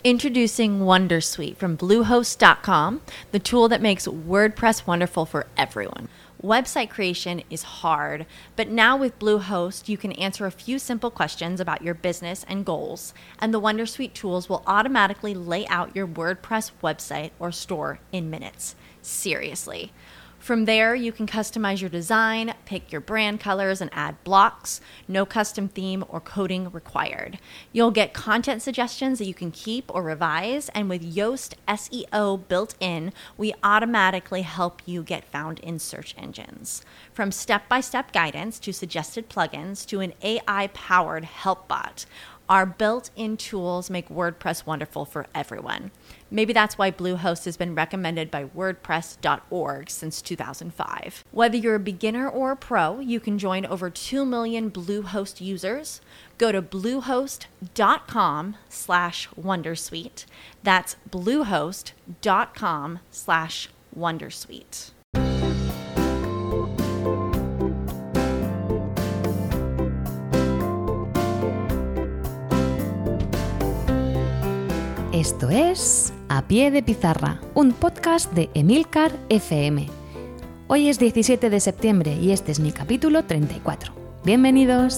Introducing Wondersuite from Bluehost.com, the tool that makes WordPress wonderful for everyone. Website creation is hard, but now with Bluehost, you can answer a few simple questions about your business and goals, and the Wondersuite tools will automatically lay out your WordPress website or store in minutes. Seriously. From there, you can customize your design, pick your brand colors, and add blocks. No custom theme or coding required. You'll get content suggestions that you can keep or revise, and with Yoast SEO built in, we automatically help you get found in search engines. From step-by-step guidance to suggested plugins to an AI-powered help bot, our built-in tools make WordPress wonderful for everyone. Maybe that's why Bluehost has been recommended by WordPress.org since 2005. Whether you're a beginner or a pro, you can join over 2 million Bluehost users. Go to bluehost.com/wondersuite. That's bluehost.com/wondersuite. Esto es A Pie de Pizarra, un podcast de Emilcar FM. Hoy es 17 de septiembre y este es mi capítulo 34. ¡Bienvenidos!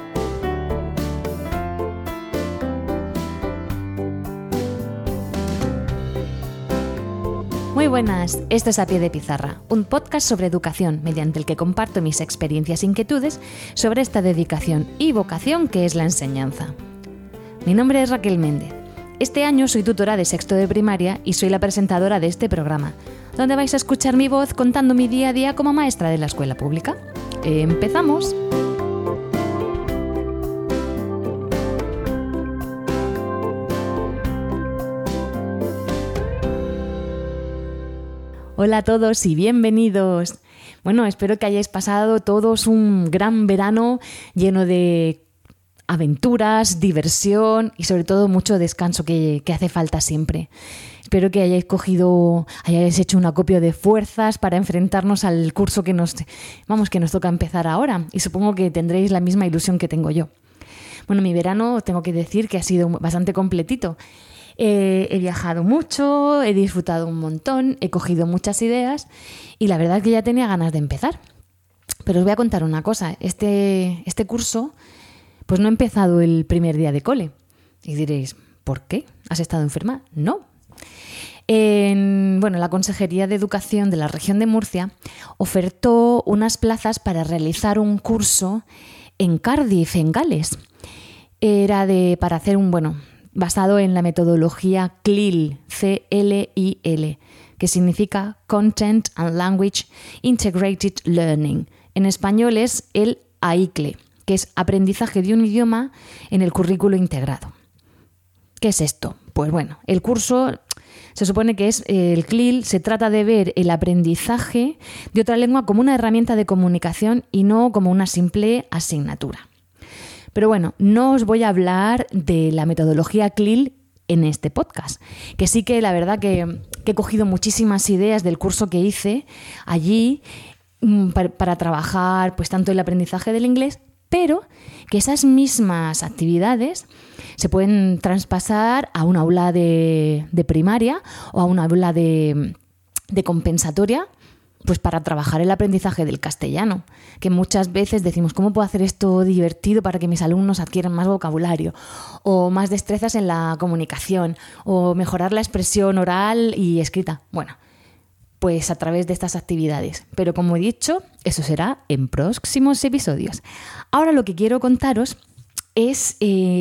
Muy buenas, esto es A Pie de Pizarra, un podcast sobre educación mediante el que comparto mis experiencias e inquietudes sobre esta dedicación y vocación que es la enseñanza. Mi nombre es Raquel Méndez. Este año soy tutora de sexto de primaria y soy la presentadora de este programa, donde vais a escuchar mi voz contando mi día a día como maestra de la escuela pública. ¡Empezamos! Hola a todos y bienvenidos. Bueno, espero que hayáis pasado todos un gran verano lleno de aventuras, diversión y sobre todo mucho descanso que hace falta siempre. Espero que hayáis hecho un acopio de fuerzas para enfrentarnos al curso que nos toca empezar ahora, y supongo que tendréis la misma ilusión que tengo yo. Bueno, mi verano tengo que decir que ha sido bastante completito. He viajado mucho, he disfrutado un montón, he cogido muchas ideas y la verdad es que ya tenía ganas de empezar. Pero os voy a contar una cosa, este curso pues no he empezado el primer día de cole. Y diréis, ¿por qué? ¿Has estado enferma? No. La Consejería de Educación de la región de Murcia ofertó unas plazas para realizar un curso en Cardiff, en Gales. Era para hacer basado en la metodología CLIL, C-L-I-L, que significa Content and Language Integrated Learning. En español es el AICLE, que es aprendizaje de un idioma en el currículo integrado. ¿Qué es esto? Pues bueno, el curso se supone que es el CLIL, se trata de ver el aprendizaje de otra lengua como una herramienta de comunicación y no como una simple asignatura. Pero bueno, no os voy a hablar de la metodología CLIL en este podcast, que sí que la verdad que he cogido muchísimas ideas del curso que hice allí para trabajar pues tanto el aprendizaje del inglés, pero que esas mismas actividades se pueden traspasar a un aula de primaria o a un aula de compensatoria, pues para trabajar el aprendizaje del castellano, que muchas veces decimos, ¿cómo puedo hacer esto divertido para que mis alumnos adquieran más vocabulario o más destrezas en la comunicación o mejorar la expresión oral y escrita? Bueno, pues a través de estas actividades. Pero como he dicho, eso será en próximos episodios. Ahora lo que quiero contaros es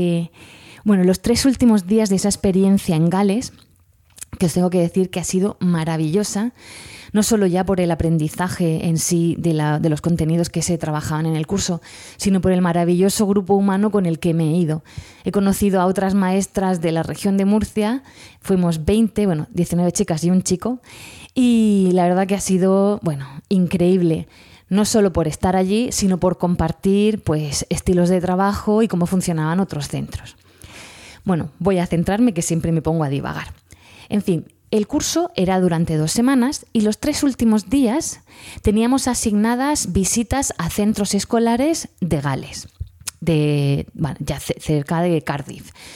los 3 últimos días de esa experiencia en Gales, que os tengo que decir que ha sido maravillosa, no solo ya por el aprendizaje en sí de los contenidos que se trabajaban en el curso, sino por el maravilloso grupo humano con el que me he ido. He conocido a otras maestras de la región de Murcia, fuimos 19 chicas y un chico, y la verdad que ha sido, increíble. No solo por estar allí, sino por compartir pues estilos de trabajo y cómo funcionaban otros centros. Bueno, voy a centrarme, que siempre me pongo a divagar. En fin, el curso era durante 2 semanas y los 3 últimos días teníamos asignadas visitas a centros escolares de Gales, cerca de Cardiff.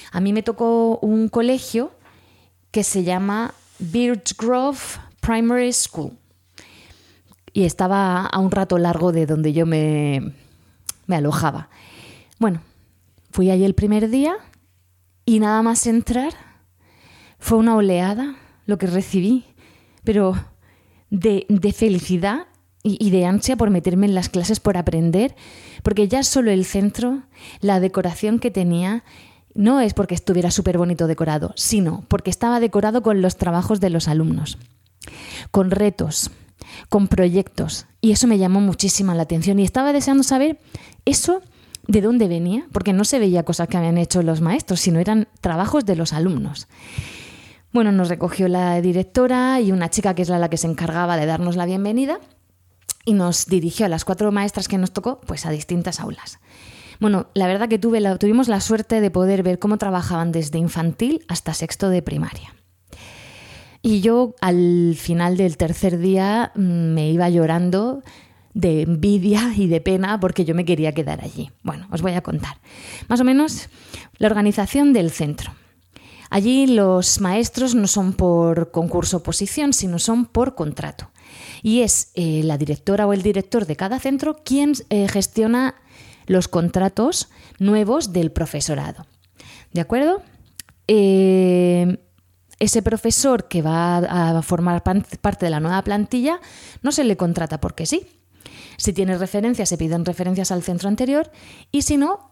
A mí me tocó un colegio que se llama Birch Grove Primary School y estaba a un rato largo de donde yo me alojaba. Bueno, fui allí el primer día y nada más entrar fue una oleada lo que recibí, pero de felicidad y de ansia por meterme en las clases, por aprender, porque ya solo el centro, la decoración que tenía, no es porque estuviera súper bonito decorado, sino porque estaba decorado con los trabajos de los alumnos, con retos, con proyectos, y eso me llamó muchísimo la atención y estaba deseando saber eso de dónde venía, porque no se veía cosas que habían hecho los maestros, sino eran trabajos de los alumnos. Bueno, nos recogió la directora y una chica que es la que se encargaba de darnos la bienvenida y nos dirigió a las 4 maestras que nos tocó pues a distintas aulas. Bueno, la verdad que tuvimos la suerte de poder ver cómo trabajaban desde infantil hasta sexto de primaria. Y yo al final del tercer día me iba llorando de envidia y de pena porque yo me quería quedar allí. Bueno, os voy a contar. Más o menos la organización del centro. Allí los maestros no son por concurso-oposición, sino son por contrato. Y es la directora o el director de cada centro quien gestiona los contratos nuevos del profesorado. ¿De acuerdo? Ese profesor que va a formar parte de la nueva plantilla no se le contrata porque sí. Si tiene referencias, se piden referencias al centro anterior y si no,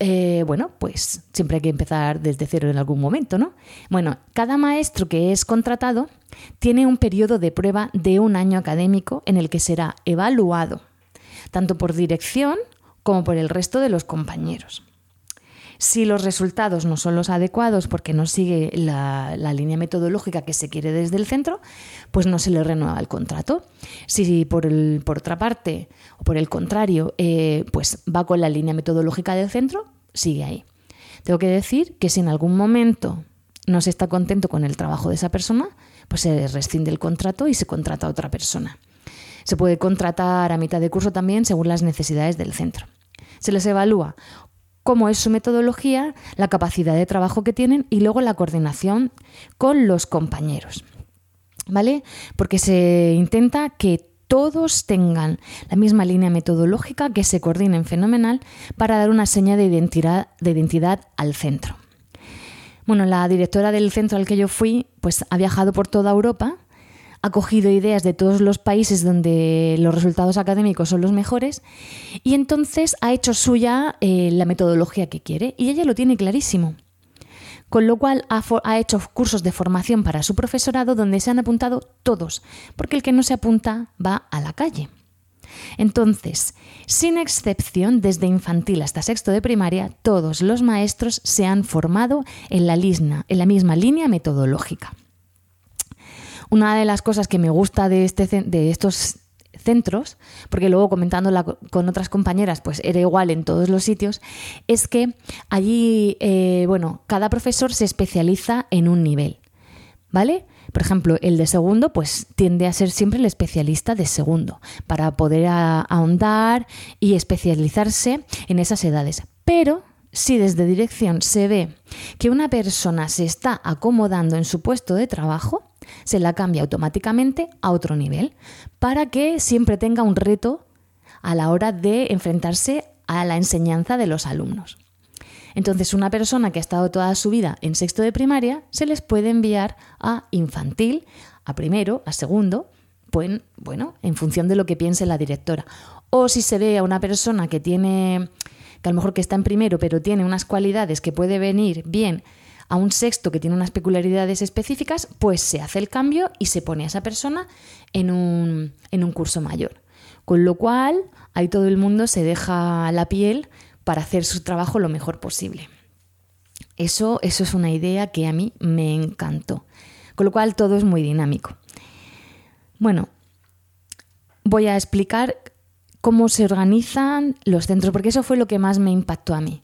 pues siempre hay que empezar desde cero en algún momento, ¿no? Bueno, cada maestro que es contratado tiene un periodo de prueba de 1 año académico en el que será evaluado, tanto por dirección como por el resto de los compañeros. Si los resultados no son los adecuados porque no sigue la línea metodológica que se quiere desde el centro, pues no se le renueva el contrato. Si por otra parte o por el contrario, pues va con la línea metodológica del centro, sigue ahí. Tengo que decir que si en algún momento no se está contento con el trabajo de esa persona, pues se rescinde el contrato y se contrata a otra persona. Se puede contratar a mitad de curso también según las necesidades del centro. Se les evalúa cómo es su metodología, la capacidad de trabajo que tienen y luego la coordinación con los compañeros, ¿vale? Porque se intenta que todos tengan la misma línea metodológica, que se coordinen fenomenal para dar una seña de identidad al centro. Bueno, la directora del centro al que yo fui, pues ha viajado por toda Europa, ha cogido ideas de todos los países donde los resultados académicos son los mejores y entonces ha hecho suya la metodología que quiere y ella lo tiene clarísimo. Con lo cual ha hecho cursos de formación para su profesorado donde se han apuntado todos, porque el que no se apunta va a la calle. Entonces, sin excepción, desde infantil hasta sexto de primaria, todos los maestros se han formado en la misma línea metodológica. Una de las cosas que me gusta de estos centros, porque luego comentándola con otras compañeras, pues era igual en todos los sitios, es que allí, cada profesor se especializa en un nivel, ¿vale? Por ejemplo, el de segundo, pues tiende a ser siempre el especialista de segundo, para poder ahondar y especializarse en esas edades. Pero si desde dirección se ve que una persona se está acomodando en su puesto de trabajo, se la cambia automáticamente a otro nivel para que siempre tenga un reto a la hora de enfrentarse a la enseñanza de los alumnos. Entonces, una persona que ha estado toda su vida en sexto de primaria se les puede enviar a infantil, a primero, a segundo, pues, en función de lo que piense la directora. O si se ve a una persona que a lo mejor que está en primero, pero tiene unas cualidades que puede venir bien a un sexto que tiene unas peculiaridades específicas, pues se hace el cambio y se pone a esa persona en un curso mayor. Con lo cual, ahí todo el mundo se deja la piel para hacer su trabajo lo mejor posible. Eso es una idea que a mí me encantó. Con lo cual, todo es muy dinámico. Bueno, voy a explicar cómo se organizan los centros, porque eso fue lo que más me impactó a mí.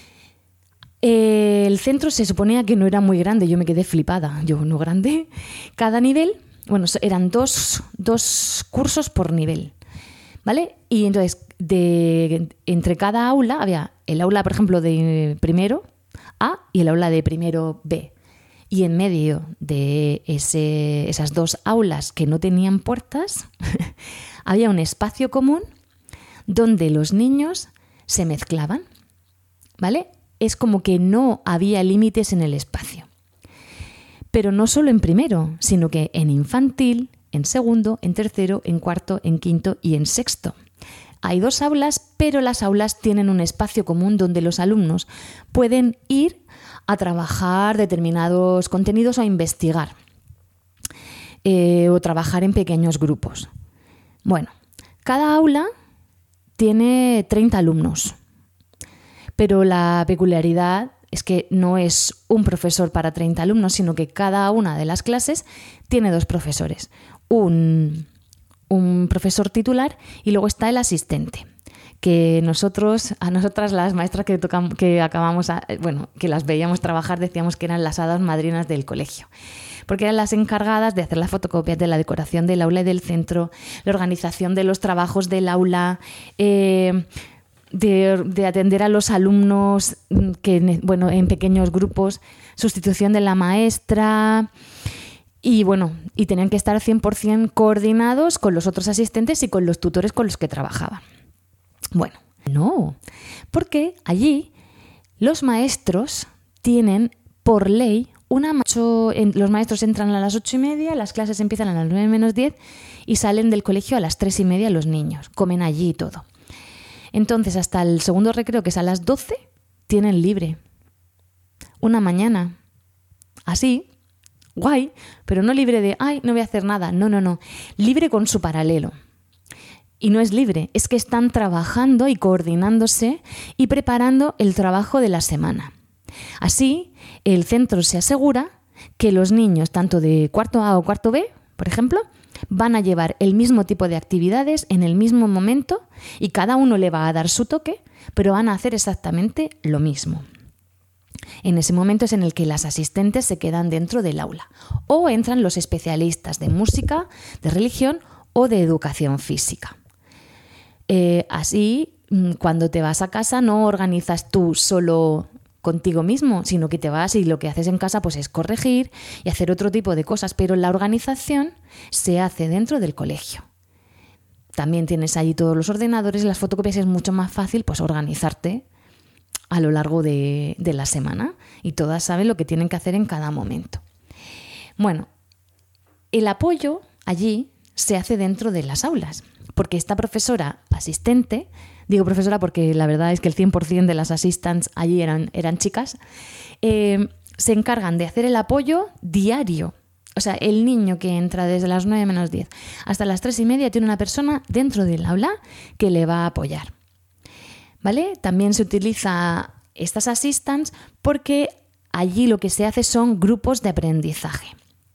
El centro se suponía que no era muy grande, yo me quedé flipada. Yo, no grande. Cada nivel, eran dos cursos por nivel, ¿vale? Y entonces, entre cada aula, había el aula, por ejemplo, de primero, A y el aula de primero B. Y en medio de esas dos aulas que no tenían puertas, había un espacio común donde los niños se mezclaban, ¿vale? Es como que no había límites en el espacio. Pero no solo en primero, sino que en infantil, en segundo, en tercero, en cuarto, en quinto y en sexto. Hay dos aulas, pero las aulas tienen un espacio común donde los alumnos pueden ir a trabajar determinados contenidos o a investigar o trabajar en pequeños grupos. Bueno, cada aula tiene 30 alumnos, pero la peculiaridad es que no es un profesor para 30 alumnos, sino que cada una de las clases tiene dos profesores. Un profesor titular y luego está el asistente, que a nosotras las maestras que las veíamos trabajar decíamos que eran las hadas madrinas del colegio, porque eran las encargadas de hacer las fotocopias de la decoración del aula y del centro, la organización de los trabajos del aula, de atender a los alumnos en pequeños grupos, sustitución de la maestra. Y tenían que estar 100% coordinados con los otros asistentes y con los tutores con los que trabajaban. Bueno, no, porque allí los maestros tienen por ley los maestros entran a las 8:30, las clases empiezan a las 9 menos 10 y salen del colegio a las 3:30 los niños, comen allí y todo. Entonces hasta el segundo recreo, que es a las 12, tienen libre. Una mañana, así. Guay, pero no libre de, no voy a hacer nada. No. Libre con su paralelo. Y no es libre, es que están trabajando y coordinándose y preparando el trabajo de la semana. Así, el centro se asegura que los niños, tanto de cuarto A o cuarto B, por ejemplo, van a llevar el mismo tipo de actividades en el mismo momento y cada uno le va a dar su toque, pero van a hacer exactamente lo mismo. En ese momento es en el que las asistentes se quedan dentro del aula o entran los especialistas de música, de religión o de educación física. Así, cuando te vas a casa no organizas tú solo contigo mismo, sino que te vas y lo que haces en casa pues es corregir y hacer otro tipo de cosas, pero la organización se hace dentro del colegio. También tienes allí todos los ordenadores, las fotocopias, es mucho más fácil pues organizarte a lo largo de la semana y todas saben lo que tienen que hacer en cada momento. Bueno, el apoyo allí se hace dentro de las aulas, porque esta profesora asistente, digo profesora porque la verdad es que el 100% de las assistants allí eran chicas, se encargan de hacer el apoyo diario. O sea, el niño que entra desde las 9 menos 10 hasta las 3:30 tiene una persona dentro del aula que le va a apoyar. ¿Vale? También se utiliza estas assistants porque allí lo que se hace son grupos de aprendizaje.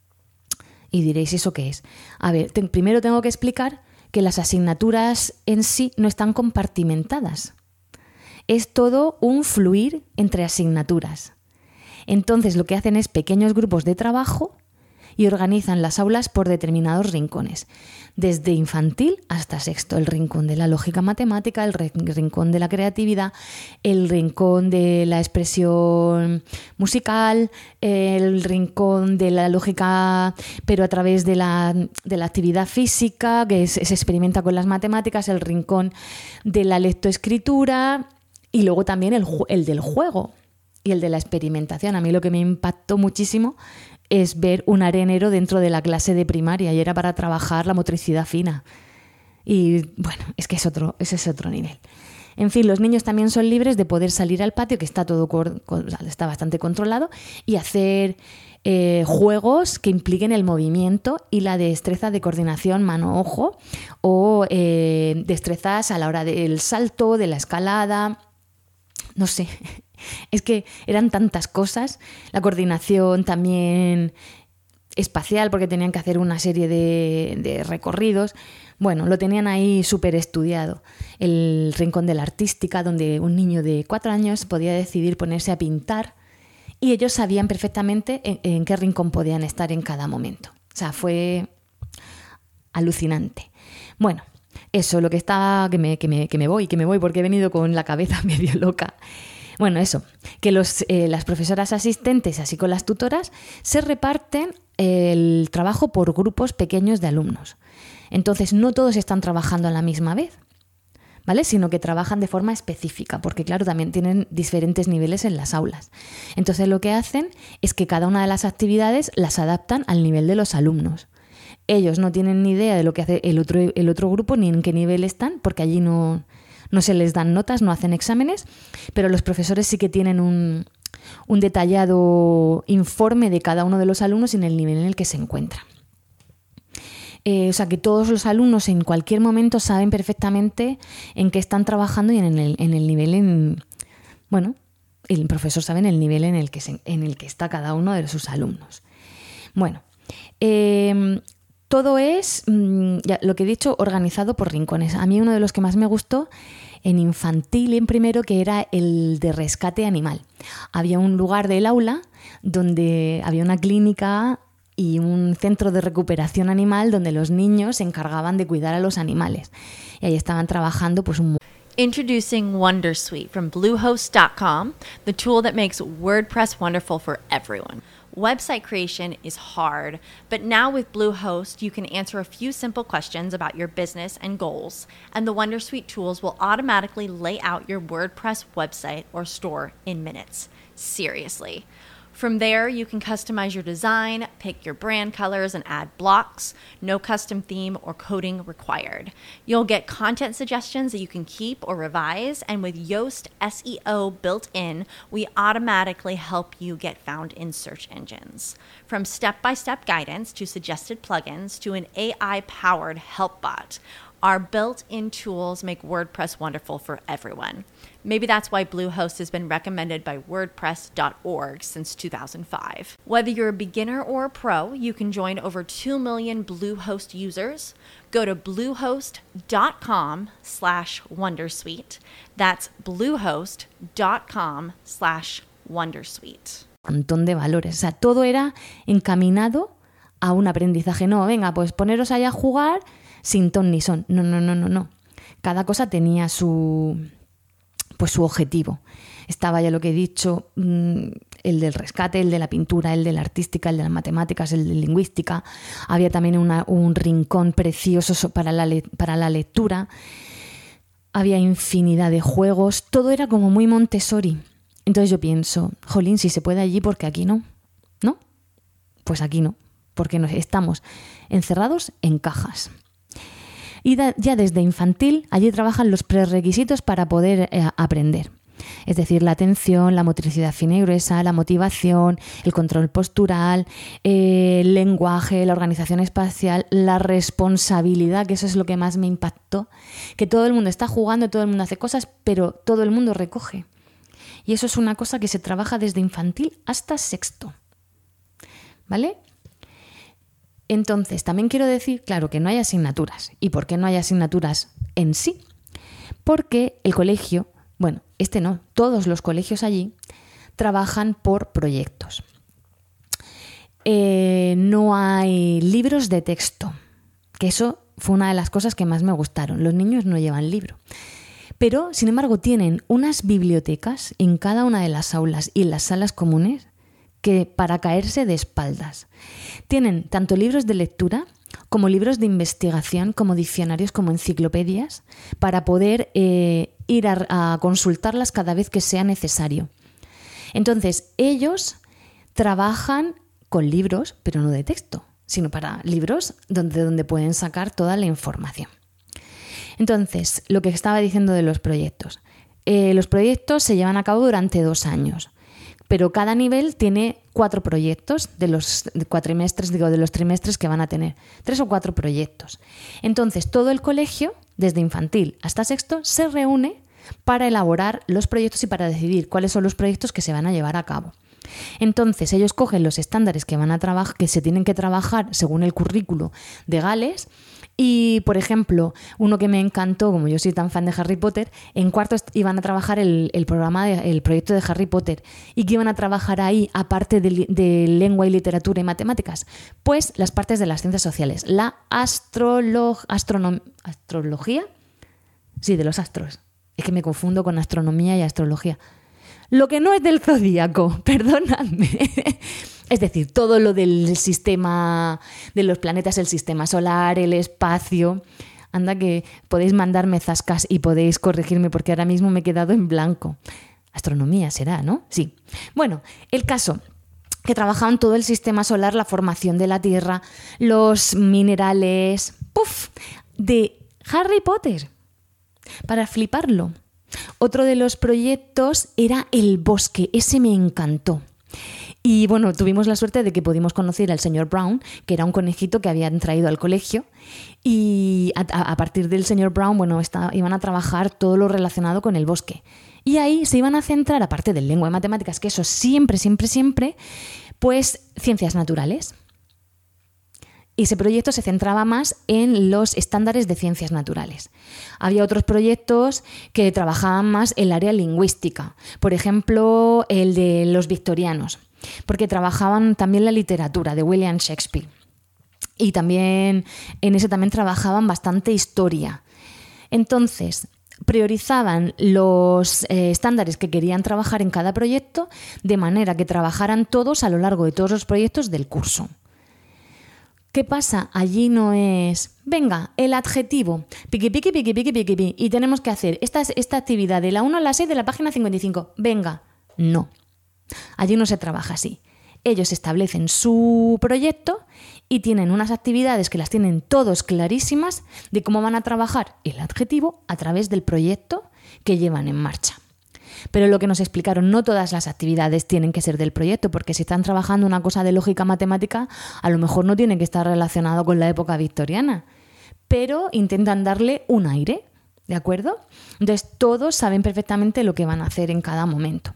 Y diréis, ¿eso qué es? A ver, primero tengo que explicar que las asignaturas en sí no están compartimentadas. Es todo un fluir entre asignaturas. Entonces lo que hacen es pequeños grupos de trabajo y organizan las aulas por determinados rincones, desde infantil hasta sexto, el rincón de la lógica matemática, el rincón de la creatividad, el rincón de la expresión musical, el rincón de la lógica, pero a través de la actividad física, que se experimenta con las matemáticas, el rincón de la lectoescritura y luego también el del juego y el de la experimentación. A mí lo que me impactó muchísimo es ver un arenero dentro de la clase de primaria y era para trabajar la motricidad fina. Y bueno, es que ese es otro nivel. En fin, los niños también son libres de poder salir al patio, que está todo está bastante controlado, y hacer juegos que impliquen el movimiento y la destreza de coordinación mano-ojo o destrezas a la hora del salto, de la escalada, no sé. Es que eran tantas cosas, la coordinación también espacial porque tenían que hacer una serie de recorridos. Bueno, lo tenían ahí súper estudiado. El rincón de la artística, donde un niño de 4 años podía decidir ponerse a pintar y ellos sabían perfectamente en qué rincón podían estar en cada momento. O sea, fue alucinante. Bueno, eso, lo que estaba, que me voy porque he venido con la cabeza medio loca. Bueno, eso, que las profesoras asistentes, así con las tutoras, se reparten el trabajo por grupos pequeños de alumnos. Entonces, no todos están trabajando a la misma vez, ¿vale? Sino que trabajan de forma específica, porque claro, también tienen diferentes niveles en las aulas. Entonces, lo que hacen es que cada una de las actividades las adaptan al nivel de los alumnos. Ellos no tienen ni idea de lo que hace el otro grupo ni en qué nivel están, porque allí no se les dan notas, no hacen exámenes, pero los profesores sí que tienen un detallado informe de cada uno de los alumnos y en el nivel en el que se encuentran. O sea que todos los alumnos en cualquier momento saben perfectamente en qué están trabajando y en el nivel el profesor sabe en el nivel en el que está cada uno de sus alumnos. Bueno, todo es, ya lo que he dicho, organizado por rincones. A mí uno de los que más me gustó en infantil y en primero, que era el de rescate animal. Había un lugar del aula donde había una clínica y un centro de recuperación animal donde los niños se encargaban de cuidar a los animales. Y ahí estaban trabajando pues un... Introducing Wondersuite from Bluehost.com, the tool that makes WordPress wonderful for everyone. Website creation is hard, but now with Bluehost, you can answer a few simple questions about your business and goals, and the Wondersuite tools will automatically lay out your WordPress website or store in minutes. Seriously. From there, you can customize your design, pick your brand colors, and add blocks. No custom theme or coding required. You'll get content suggestions that you can keep or revise, and with Yoast SEO built in, we automatically help you get found in search engines. From step-by-step guidance to suggested plugins to an AI-powered help bot, our built-in tools make WordPress wonderful for everyone. Maybe that's why Bluehost has been recommended by WordPress.org since 2005. Whether you're a beginner or a pro, you can join over 2 million Bluehost users. Go to bluehost.com/wondersuite. That's bluehost.com/wondersuite. Un montón de valores. O sea, todo era encaminado a un aprendizaje. No, venga, pues poneros allá a jugar sin ton ni son. No. Cada cosa tenía su objetivo. Estaba ya lo que he dicho, el del rescate, el de la pintura, el de la artística, el de las matemáticas, el de lingüística. Había también un rincón precioso para la lectura. Había infinidad de juegos. Todo era como muy Montessori. Entonces yo pienso, jolín, si se puede allí, ¿por qué aquí no? ¿No? Pues aquí no, porque estamos encerrados en cajas. Y ya desde infantil, allí trabajan los prerequisitos para poder aprender. Es decir, la atención, la motricidad fina y gruesa, la motivación, el control postural, el lenguaje, la organización espacial, la responsabilidad, que eso es lo que más me impactó, que todo el mundo está jugando, todo el mundo hace cosas, pero todo el mundo recoge. Y eso es una cosa que se trabaja desde infantil hasta sexto. ¿Vale? Entonces, también quiero decir, claro, que no hay asignaturas. ¿Y por qué no hay asignaturas en sí? Porque el colegio, bueno, no, todos los colegios allí trabajan por proyectos. No hay libros de texto, que eso fue una de las cosas que más me gustaron. Los niños no llevan libro. Pero, sin embargo, tienen unas bibliotecas en cada una de las aulas y en las salas comunes que para caerse de espaldas. Tienen tanto libros de lectura como libros de investigación, como diccionarios, como enciclopedias, para poder ir a consultarlas cada vez que sea necesario. Entonces, ellos trabajan con libros, pero no de texto, sino para libros donde pueden sacar toda la información. Entonces, lo que estaba diciendo de los proyectos. Los proyectos se llevan a cabo durante 2 años. Pero cada nivel tiene 4 proyectos de los trimestres que van a tener. 3 o 4 proyectos. Entonces, todo el colegio, desde infantil hasta sexto, se reúne para elaborar los proyectos y para decidir cuáles son los proyectos que se van a llevar a cabo. Entonces, ellos cogen los estándares que se tienen que trabajar según el currículo de Gales. Y, por ejemplo, uno que me encantó, como yo soy tan fan de Harry Potter, en cuarto iban a trabajar el proyecto de Harry Potter. ¿Y qué iban a trabajar ahí, aparte de lengua y literatura y matemáticas? Pues las partes de las ciencias sociales. La astrología, sí, de los astros. Es que me confundo con astronomía y astrología. Lo que no es del zodíaco, perdonadme. Es decir, todo lo del sistema, de los planetas, el sistema solar, el espacio. Anda que podéis mandarme zascas y podéis corregirme porque ahora mismo me he quedado en blanco. Astronomía será, ¿no? Sí. Bueno, el caso que trabajaban todo el sistema solar, la formación de la Tierra, los minerales, ¡puf!, de Harry Potter, para fliparlo. Otro de los proyectos era el bosque, ese me encantó. Y bueno, tuvimos la suerte de que pudimos conocer al señor Brown, que era un conejito que habían traído al colegio, y a partir del señor Brown, bueno, iban a trabajar todo lo relacionado con el bosque. Y ahí se iban a centrar, aparte de lengua y matemáticas, que eso siempre, pues ciencias naturales. Y ese proyecto se centraba más en los estándares de ciencias naturales. Había otros proyectos que trabajaban más en el área lingüística. Por ejemplo, el de los victorianos, porque trabajaban también la literatura de William Shakespeare. Y también en ese también trabajaban bastante historia. Entonces, priorizaban los estándares que querían trabajar en cada proyecto de manera que trabajaran todos a lo largo de todos los proyectos del curso. ¿Qué pasa? Allí no es, venga, el adjetivo, piqui, y tenemos que hacer esta actividad de la 1 a la 6 de la página 55. Venga, no. Allí no se trabaja así. Ellos establecen su proyecto y tienen unas actividades que las tienen todos clarísimas de cómo van a trabajar el adjetivo a través del proyecto que llevan en marcha. Pero lo que nos explicaron, no todas las actividades tienen que ser del proyecto, porque si están trabajando una cosa de lógica matemática, a lo mejor no tiene que estar relacionado con la época victoriana, pero intentan darle un aire, ¿de acuerdo? Entonces todos saben perfectamente lo que van a hacer en cada momento.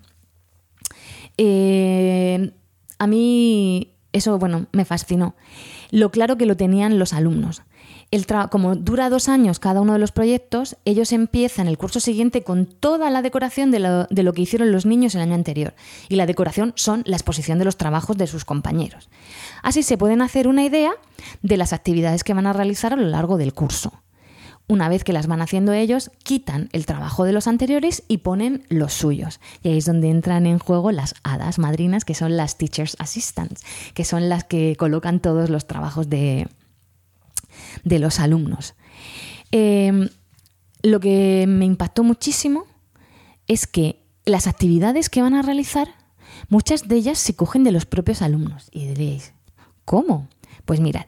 A mí eso, bueno, me fascinó. Lo claro que lo tenían los alumnos. Como dura 2 años cada uno de los proyectos, ellos empiezan el curso siguiente con toda la decoración de lo que hicieron los niños el año anterior. Y la decoración son la exposición de los trabajos de sus compañeros. Así se pueden hacer una idea de las actividades que van a realizar a lo largo del curso. Una vez que las van haciendo ellos, quitan el trabajo de los anteriores y ponen los suyos. Y ahí es donde entran en juego las hadas madrinas, que son las Teachers Assistants, que son las que colocan todos los trabajos de los alumnos. Lo que me impactó muchísimo es que las actividades que van a realizar, muchas de ellas se cogen de los propios alumnos. Y diréis, ¿cómo? Pues mirad,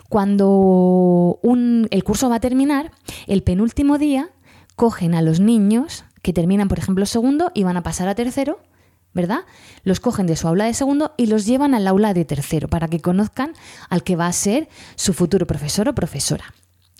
cuando el curso va a terminar, el penúltimo día cogen a los niños que terminan, por ejemplo, segundo y van a pasar a tercero, ¿verdad? Los cogen de su aula de segundo y los llevan al aula de tercero para que conozcan al que va a ser su futuro profesor o profesora.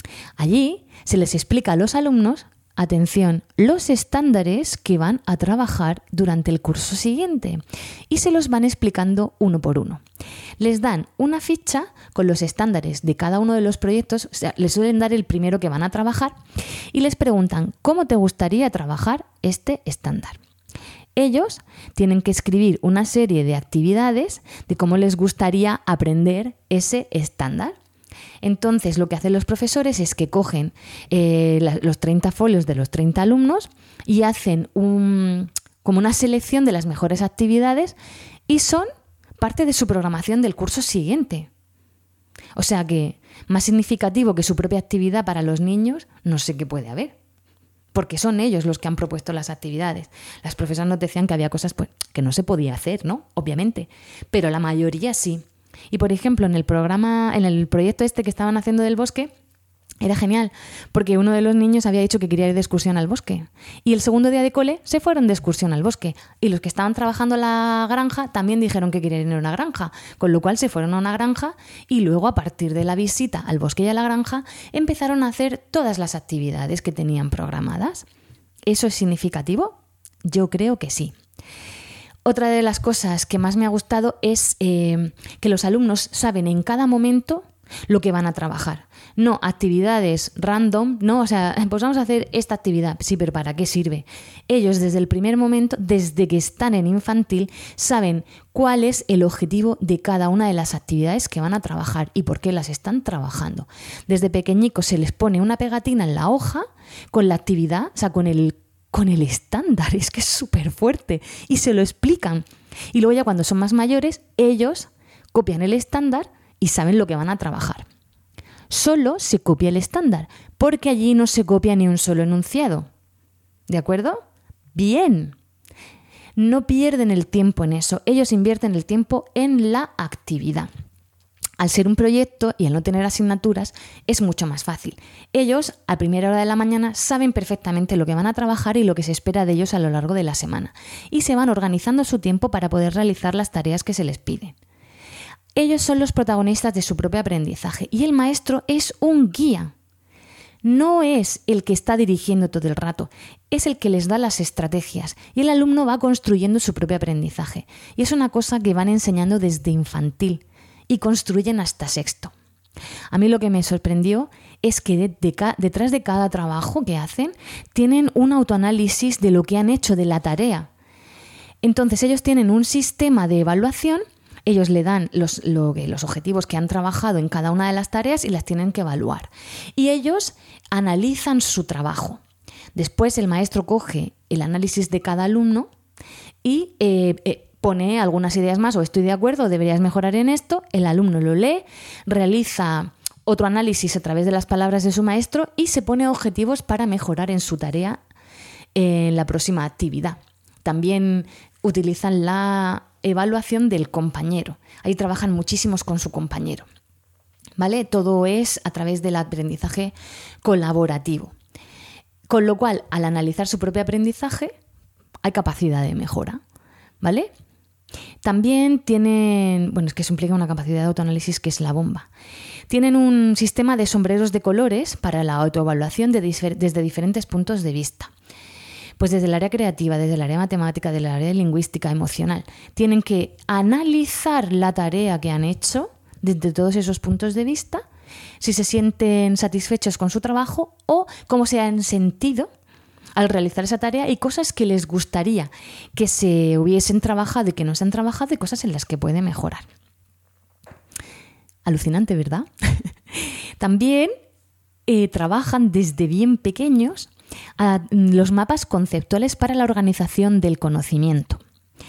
Allí se les explica a los alumnos, atención, los estándares que van a trabajar durante el curso siguiente y se los van explicando uno por uno. Les dan una ficha con los estándares de cada uno de los proyectos, o sea, les suelen dar el primero que van a trabajar y les preguntan ¿cómo te gustaría trabajar este estándar? Ellos tienen que escribir una serie de actividades de cómo les gustaría aprender ese estándar. Entonces, lo que hacen los profesores es que cogen los 30 folios de los 30 alumnos y hacen como una selección de las mejores actividades y son parte de su programación del curso siguiente. O sea que, más significativo que su propia actividad para los niños, no sé qué puede haber. Porque son ellos los que han propuesto las actividades. Las profesoras nos decían que había cosas pues, que no se podía hacer, ¿no? Obviamente. Pero la mayoría sí. Y por ejemplo, en el proyecto este que estaban haciendo del bosque, era genial, porque uno de los niños había dicho que quería ir de excursión al bosque. Y el segundo día de cole se fueron de excursión al bosque. Y los que estaban trabajando en la granja también dijeron que querían ir a una granja. Con lo cual se fueron a una granja y luego a partir de la visita al bosque y a la granja empezaron a hacer todas las actividades que tenían programadas. ¿Eso es significativo? Yo creo que sí. Otra de las cosas que más me ha gustado es que los alumnos saben en cada momento lo que van a trabajar. No actividades random, no, o sea, pues vamos a hacer esta actividad. Sí, pero ¿para qué sirve? Ellos desde el primer momento, desde que están en infantil, saben cuál es el objetivo de cada una de las actividades que van a trabajar y por qué las están trabajando. Desde pequeñicos se les pone una pegatina en la hoja con la actividad, o sea, con el con el estándar, es que es súper fuerte, y se lo explican. Y luego ya cuando son más mayores, ellos copian el estándar y saben lo que van a trabajar. Solo se copia el estándar, porque allí no se copia ni un solo enunciado. ¿De acuerdo? Bien. No pierden el tiempo en eso, ellos invierten el tiempo en la actividad. Al ser un proyecto y al no tener asignaturas, es mucho más fácil. Ellos, a primera hora de la mañana, saben perfectamente lo que van a trabajar y lo que se espera de ellos a lo largo de la semana. Y se van organizando su tiempo para poder realizar las tareas que se les piden. Ellos son los protagonistas de su propio aprendizaje y el maestro es un guía. No es el que está dirigiendo todo el rato, es el que les da las estrategias y el alumno va construyendo su propio aprendizaje. Y es una cosa que van enseñando desde infantil y construyen hasta sexto. A mí lo que me sorprendió es que detrás de cada trabajo que hacen tienen un autoanálisis de lo que han hecho de la tarea. Entonces ellos tienen un sistema de evaluación, ellos le dan los objetivos que han trabajado en cada una de las tareas y las tienen que evaluar. Y ellos analizan su trabajo. Después el maestro coge el análisis de cada alumno y pone algunas ideas más, o estoy de acuerdo, deberías mejorar en esto, el alumno lo lee, realiza otro análisis a través de las palabras de su maestro y se pone objetivos para mejorar en su tarea en la próxima actividad. También utilizan la evaluación del compañero. Ahí trabajan muchísimos con su compañero. ¿Vale? Todo es a través del aprendizaje colaborativo. Con lo cual, al analizar su propio aprendizaje, hay capacidad de mejora. ¿Vale? También tienen, es que eso implica una capacidad de autoanálisis que es la bomba. Tienen un sistema de sombreros de colores para la autoevaluación desde diferentes puntos de vista. Pues desde el área creativa, desde el área matemática, desde el área lingüística, emocional. Tienen que analizar la tarea que han hecho desde todos esos puntos de vista, si se sienten satisfechos con su trabajo o cómo se han sentido al realizar esa tarea y cosas que les gustaría que se hubiesen trabajado y que no se han trabajado y cosas en las que puede mejorar. Alucinante, ¿verdad? También trabajan desde bien pequeños los mapas conceptuales para la organización del conocimiento.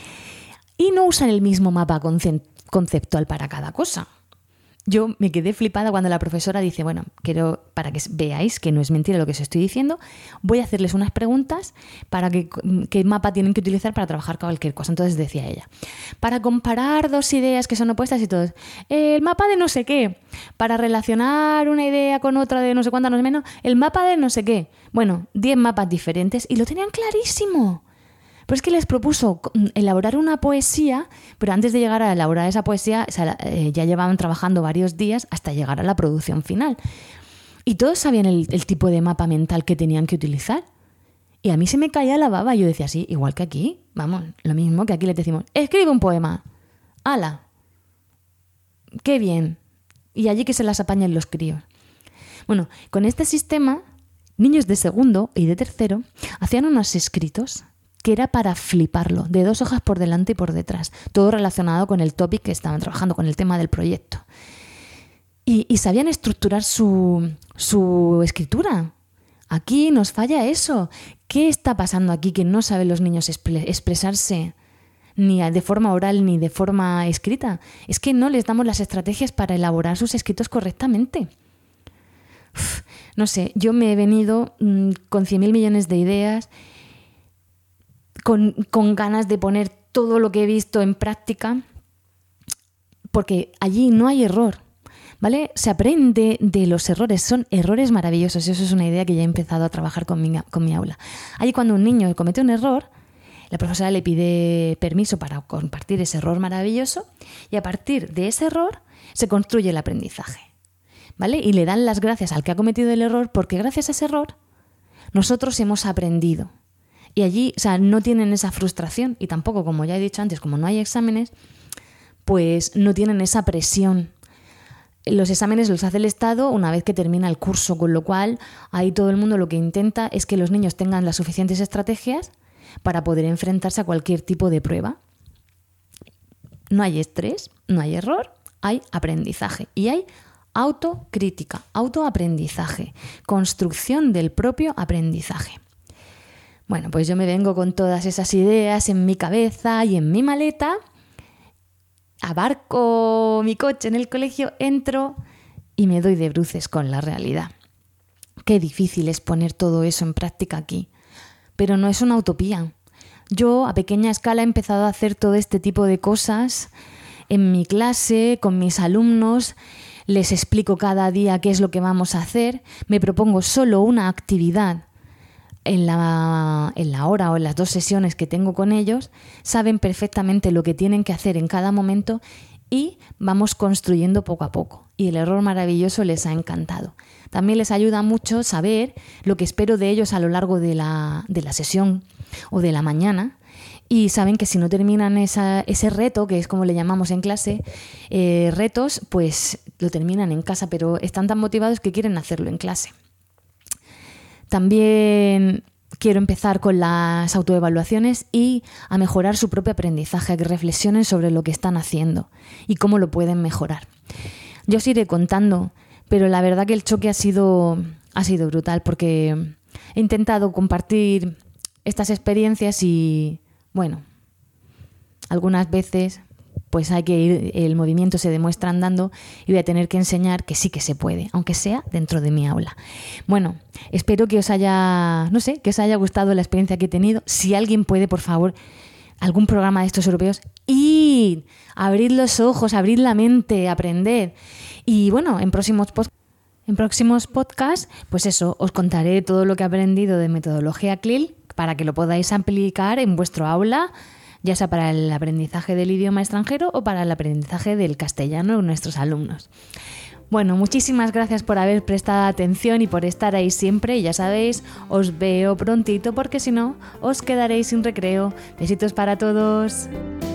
Y no usan el mismo mapa conceptual para cada cosa. Yo me quedé flipada cuando la profesora dice, para que veáis que no es mentira lo que os estoy diciendo, voy a hacerles unas preguntas para qué mapa tienen que utilizar para trabajar cualquier cosa. Entonces decía ella, para comparar dos ideas que son opuestas y todo, el mapa de no sé qué, para relacionar una idea con otra de no sé cuánta, no sé menos, el mapa de no sé qué. 10 mapas diferentes y lo tenían clarísimo. Pero es que les propuso elaborar una poesía, pero antes de llegar a elaborar esa poesía ya llevaban trabajando varios días hasta llegar a la producción final. Y todos sabían el tipo de mapa mental que tenían que utilizar. Y a mí se me caía la baba. Yo decía, sí, igual que aquí. Vamos, lo mismo que aquí les decimos, escribe un poema. ¡Hala! ¡Qué bien! Y allí que se las apañan los críos. Con este sistema, niños de segundo y de tercero hacían unos escritos que era para fliparlo, de 2 hojas por delante y por detrás, todo relacionado con el topic que estaban trabajando, con el tema del proyecto. Y sabían estructurar su escritura. Aquí nos falla eso. ¿Qué está pasando aquí que no saben los niños expresarse ni de forma oral ni de forma escrita? Es que no les damos las estrategias para elaborar sus escritos correctamente. No sé, yo me he venido con 100.000 millones de ideas, con ganas de poner todo lo que he visto en práctica, porque allí no hay error, ¿vale? Se aprende de los errores, son errores maravillosos. Eso es una idea que ya he empezado a trabajar con mi aula. Allí cuando un niño comete un error, la profesora le pide permiso para compartir ese error maravilloso y a partir de ese error se construye el aprendizaje, ¿vale? Y le dan las gracias al que ha cometido el error porque gracias a ese error nosotros hemos aprendido. Y allí, no tienen esa frustración y tampoco, como ya he dicho antes, como no hay exámenes, pues no tienen esa presión. Los exámenes los hace el Estado una vez que termina el curso, con lo cual ahí todo el mundo lo que intenta es que los niños tengan las suficientes estrategias para poder enfrentarse a cualquier tipo de prueba. No hay estrés, no hay error, hay aprendizaje y hay autocrítica, autoaprendizaje, construcción del propio aprendizaje. Bueno, pues yo me vengo con todas esas ideas en mi cabeza y en mi maleta, abarco mi coche en el colegio, entro y me doy de bruces con la realidad. Qué difícil es poner todo eso en práctica aquí, pero no es una utopía. Yo a pequeña escala he empezado a hacer todo este tipo de cosas en mi clase, con mis alumnos. Les explico cada día qué es lo que vamos a hacer, me propongo solo una actividad en la hora o en las 2 sesiones que tengo con ellos, saben perfectamente lo que tienen que hacer en cada momento y vamos construyendo poco a poco. Y el error maravilloso les ha encantado. También les ayuda mucho saber lo que espero de ellos a lo largo de la sesión o de la mañana. Y saben que si no terminan ese reto, que es como le llamamos en clase, retos, pues lo terminan en casa, pero están tan motivados que quieren hacerlo en clase. También quiero empezar con las autoevaluaciones y a mejorar su propio aprendizaje, a que reflexionen sobre lo que están haciendo y cómo lo pueden mejorar. Yo os iré contando, pero la verdad que el choque ha sido brutal porque he intentado compartir estas experiencias y, bueno, algunas veces pues hay que ir, el movimiento se demuestra andando y voy a tener que enseñar que sí que se puede, aunque sea dentro de mi aula. Bueno, espero que os haya gustado la experiencia que he tenido. Si alguien puede, por favor, algún programa de estos europeos, id, abrid los ojos, abrid la mente, aprended. Y bueno, en próximos podcasts, pues eso, os contaré todo lo que he aprendido de metodología CLIL para que lo podáis aplicar en vuestro aula, ya sea para el aprendizaje del idioma extranjero o para el aprendizaje del castellano de nuestros alumnos. Bueno, muchísimas gracias por haber prestado atención y por estar ahí siempre. Ya sabéis, os veo prontito porque si no, os quedaréis sin recreo. Besitos para todos.